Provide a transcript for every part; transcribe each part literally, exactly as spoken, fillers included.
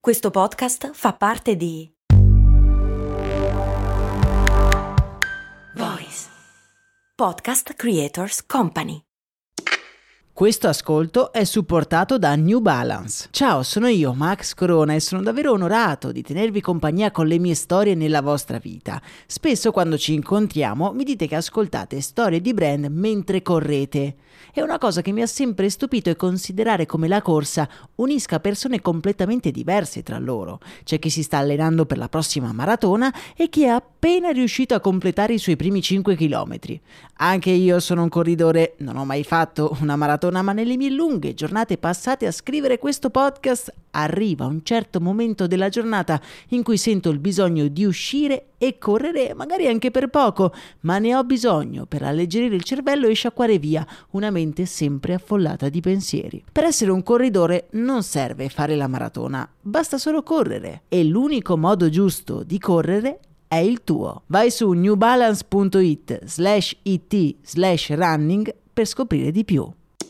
Questo podcast fa parte di Voice Podcast Creators Company. Questo ascolto è supportato da New Balance. Ciao, sono io, Max Corona, e sono davvero onorato di tenervi compagnia con le mie storie nella vostra vita. Spesso quando ci incontriamo mi dite che ascoltate storie di brand mentre correte. E una cosa che mi ha sempre stupito è considerare come la corsa unisca persone completamente diverse tra loro. C'è chi si sta allenando per la prossima maratona e chi è appena riuscito a completare i suoi primi cinque chilometri. Anche io sono un corridore, non ho mai fatto una maratona, ma nelle mie lunghe giornate passate a scrivere questo podcast arriva un certo momento della giornata in cui sento il bisogno di uscire e correre, magari anche per poco, ma ne ho bisogno per alleggerire il cervello e sciacquare via una mente sempre affollata di pensieri. Per essere un corridore non serve fare la maratona, basta solo correre, e l'unico modo giusto di correre è il tuo. Vai su newbalance.it slash it slash running per scoprire di più.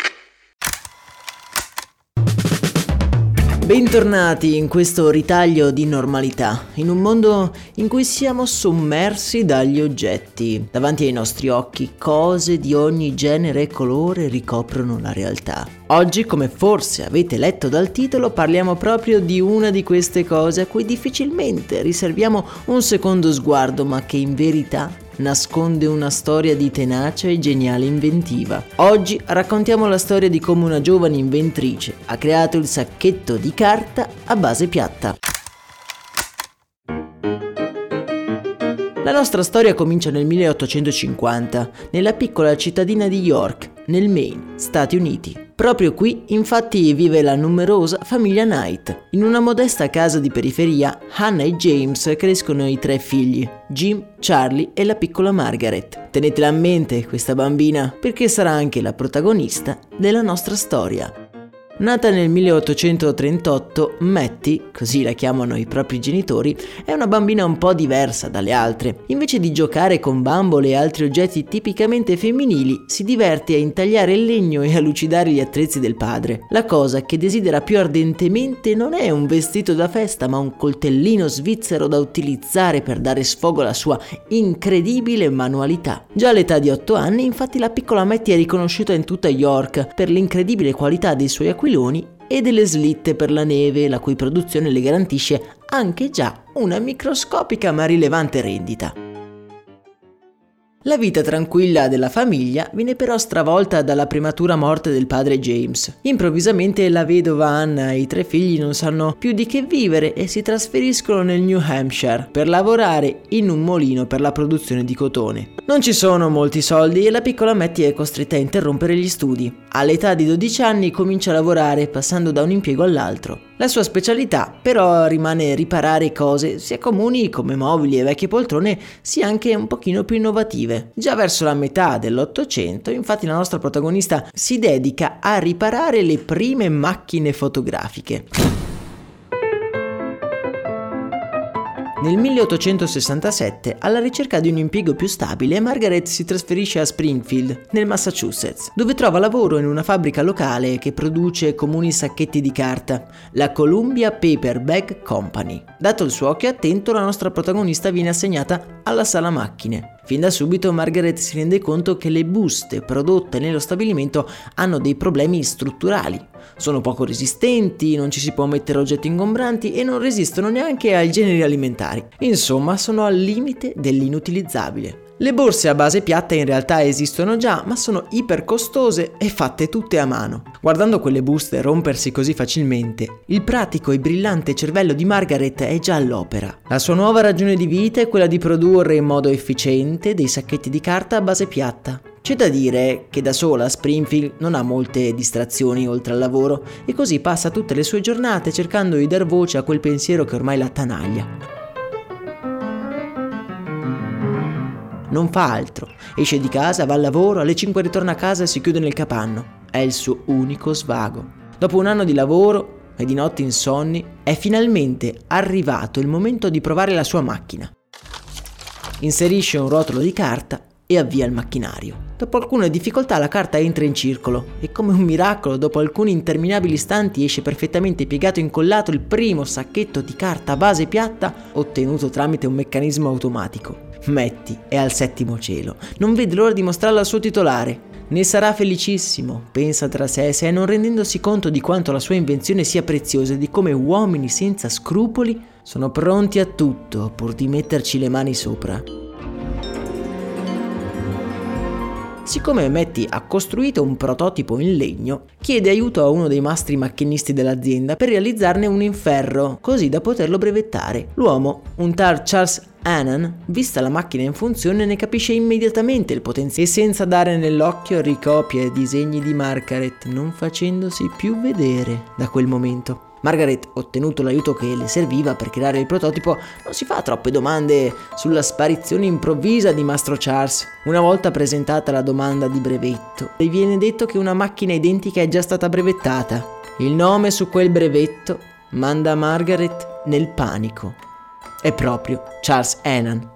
Bentornati in questo ritaglio di normalità, in un mondo in cui siamo sommersi dagli oggetti. Davanti ai nostri occhi cose di ogni genere e colore ricoprono la realtà. Oggi, come forse avete letto dal titolo, parliamo proprio di una di queste cose a cui difficilmente riserviamo un secondo sguardo, ma che in verità nasconde una storia di tenacia e geniale inventiva. Oggi raccontiamo la storia di come una giovane inventrice ha creato il sacchetto di carta a base piatta. La nostra storia comincia nel milleottocentocinquanta, nella piccola cittadina di York, nel Maine, Stati Uniti. Proprio qui, infatti, vive la numerosa famiglia Knight. In una modesta casa di periferia, Hannah e James crescono i tre figli, Jim, Charlie e la piccola Margaret. Tenetela a mente questa bambina, perché sarà anche la protagonista della nostra storia. Nata nel milleottocentotrentotto, Mattie, così la chiamano i propri genitori, è una bambina un po' diversa dalle altre. Invece di giocare con bambole e altri oggetti tipicamente femminili, si diverte a intagliare il legno e a lucidare gli attrezzi del padre. La cosa che desidera più ardentemente non è un vestito da festa, ma un coltellino svizzero da utilizzare per dare sfogo alla sua incredibile manualità. Già all'età di otto anni, infatti, la piccola Mattie è riconosciuta in tutta York per l'incredibile qualità dei suoi aquiloni e delle slitte per la neve, la cui produzione le garantisce anche già una microscopica ma rilevante rendita. La vita tranquilla della famiglia viene però stravolta dalla prematura morte del padre James. Improvvisamente la vedova Anna e i tre figli non sanno più di che vivere e si trasferiscono nel New Hampshire per lavorare in un mulino per la produzione di cotone. Non ci sono molti soldi e la piccola Mattie è costretta a interrompere gli studi. All'età di dodici anni comincia a lavorare, passando da un impiego all'altro. La sua specialità però rimane riparare cose sia comuni come mobili e vecchie poltrone, sia anche un pochino più innovative. Già verso la metà dell'Ottocento, infatti, la nostra protagonista si dedica a riparare le prime macchine fotografiche. Nel milleottocentosessantasette, alla ricerca di un impiego più stabile, Margaret si trasferisce a Springfield, nel Massachusetts, dove trova lavoro in una fabbrica locale che produce comuni sacchetti di carta, la Columbia Paper Bag Company. Dato il suo occhio attento, la nostra protagonista viene assegnata alla sala macchine. Fin da subito Margaret si rende conto che le buste prodotte nello stabilimento hanno dei problemi strutturali. Sono poco resistenti, non ci si può mettere oggetti ingombranti e non resistono neanche ai generi alimentari. Insomma, sono al limite dell'inutilizzabile. Le borse a base piatta in realtà esistono già, ma sono iper costose e fatte tutte a mano. Guardando quelle buste rompersi così facilmente, il pratico e brillante cervello di Margaret è già all'opera. La sua nuova ragione di vita è quella di produrre in modo efficiente dei sacchetti di carta a base piatta. C'è da dire che da sola Springfield non ha molte distrazioni oltre al lavoro e così passa tutte le sue giornate cercando di dar voce a quel pensiero che ormai la attanaglia. Non fa altro, esce di casa, va al lavoro, alle cinque ritorna a casa e si chiude nel capanno. È il suo unico svago. Dopo un anno di lavoro e di notti insonni, è finalmente arrivato il momento di provare la sua macchina. Inserisce un rotolo di carta, e avvia il macchinario. Dopo alcune difficoltà la carta entra in circolo e come un miracolo, dopo alcuni interminabili istanti, esce perfettamente piegato e incollato il primo sacchetto di carta a base piatta ottenuto tramite un meccanismo automatico. Matty è al settimo cielo, non vede l'ora di mostrarlo al suo titolare. Ne sarà felicissimo, pensa tra sé e sé, non rendendosi conto di quanto la sua invenzione sia preziosa e di come uomini senza scrupoli sono pronti a tutto pur di metterci le mani sopra. Siccome Matty ha costruito un prototipo in legno, chiede aiuto a uno dei mastri macchinisti dell'azienda per realizzarne uno in ferro, così da poterlo brevettare. L'uomo, un tal Charles Annan, vista la macchina in funzione, ne capisce immediatamente il potenziale e senza dare nell'occhio ricopia i disegni di Margaret, non facendosi più vedere da quel momento. Margaret, ottenuto l'aiuto che le serviva per creare il prototipo, non si fa troppe domande sulla sparizione improvvisa di Mastro Charles. Una volta presentata la domanda di brevetto, le viene detto che una macchina identica è già stata brevettata. Il nome su quel brevetto manda Margaret nel panico. È proprio Charles Annan.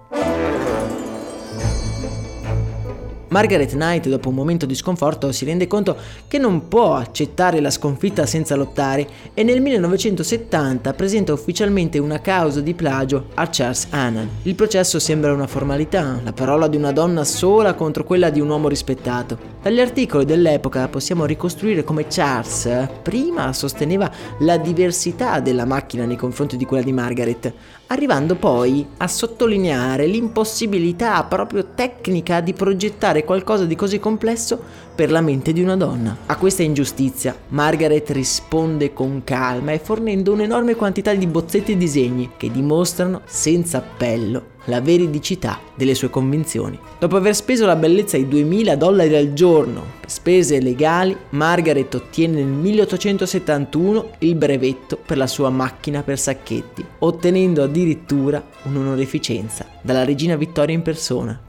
Margaret Knight, dopo un momento di sconforto, si rende conto che non può accettare la sconfitta senza lottare e nel millenovecentosettanta presenta ufficialmente una causa di plagio a Charles Annan. Il processo sembra una formalità, la parola di una donna sola contro quella di un uomo rispettato. Dagli articoli dell'epoca possiamo ricostruire come Charles prima sosteneva la diversità della macchina nei confronti di quella di Margaret, arrivando poi a sottolineare l'impossibilità proprio tecnica di progettare qualcosa di così complesso per la mente di una donna. A questa ingiustizia Margaret risponde con calma e fornendo un'enorme quantità di bozzetti e disegni che dimostrano senza appello la veridicità delle sue convinzioni. Dopo aver speso la bellezza di duemila dollari al giorno per spese legali, Margaret ottiene nel milleottocentosettantuno il brevetto per la sua macchina per sacchetti, ottenendo addirittura un'onorificenza dalla regina Vittoria in persona.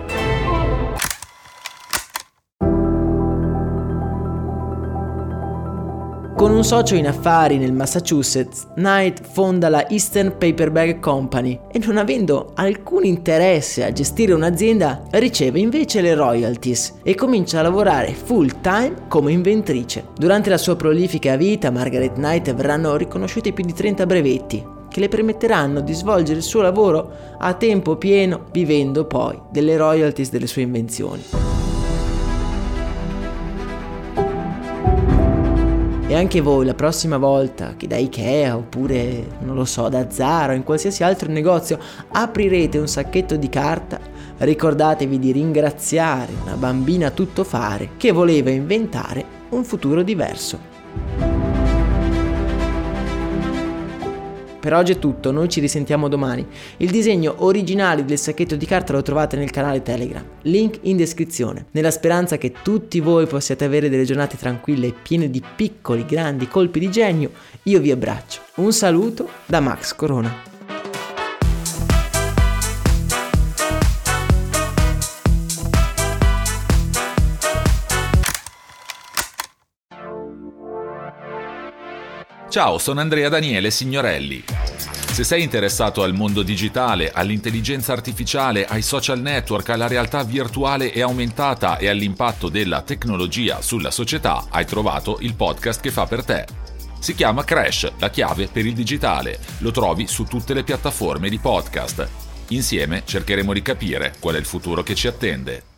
Con un socio in affari nel Massachusetts, Knight fonda la Eastern Paperbag Company e non avendo alcun interesse a gestire un'azienda, riceve invece le royalties e comincia a lavorare full time come inventrice. Durante la sua prolifica vita, Margaret Knight verranno riconosciuti più di trenta brevetti che le permetteranno di svolgere il suo lavoro a tempo pieno, vivendo poi delle royalties delle sue invenzioni. E anche voi la prossima volta che da Ikea oppure, non lo so, da Zara o in qualsiasi altro negozio aprirete un sacchetto di carta, ricordatevi di ringraziare una bambina tuttofare che voleva inventare un futuro diverso. Per oggi è tutto, noi ci risentiamo domani. Il disegno originale del sacchetto di carta lo trovate nel canale Telegram, link in descrizione. Nella speranza che tutti voi possiate avere delle giornate tranquille e piene di piccoli, grandi colpi di genio, io vi abbraccio. Un saluto da Max Corona. Ciao, sono Andrea Daniele Signorelli. Se sei interessato al mondo digitale, all'intelligenza artificiale, ai social network, alla realtà virtuale e aumentata e all'impatto della tecnologia sulla società, hai trovato il podcast che fa per te. Si chiama Crash, la chiave per il digitale. Lo trovi su tutte le piattaforme di podcast. Insieme cercheremo di capire qual è il futuro che ci attende.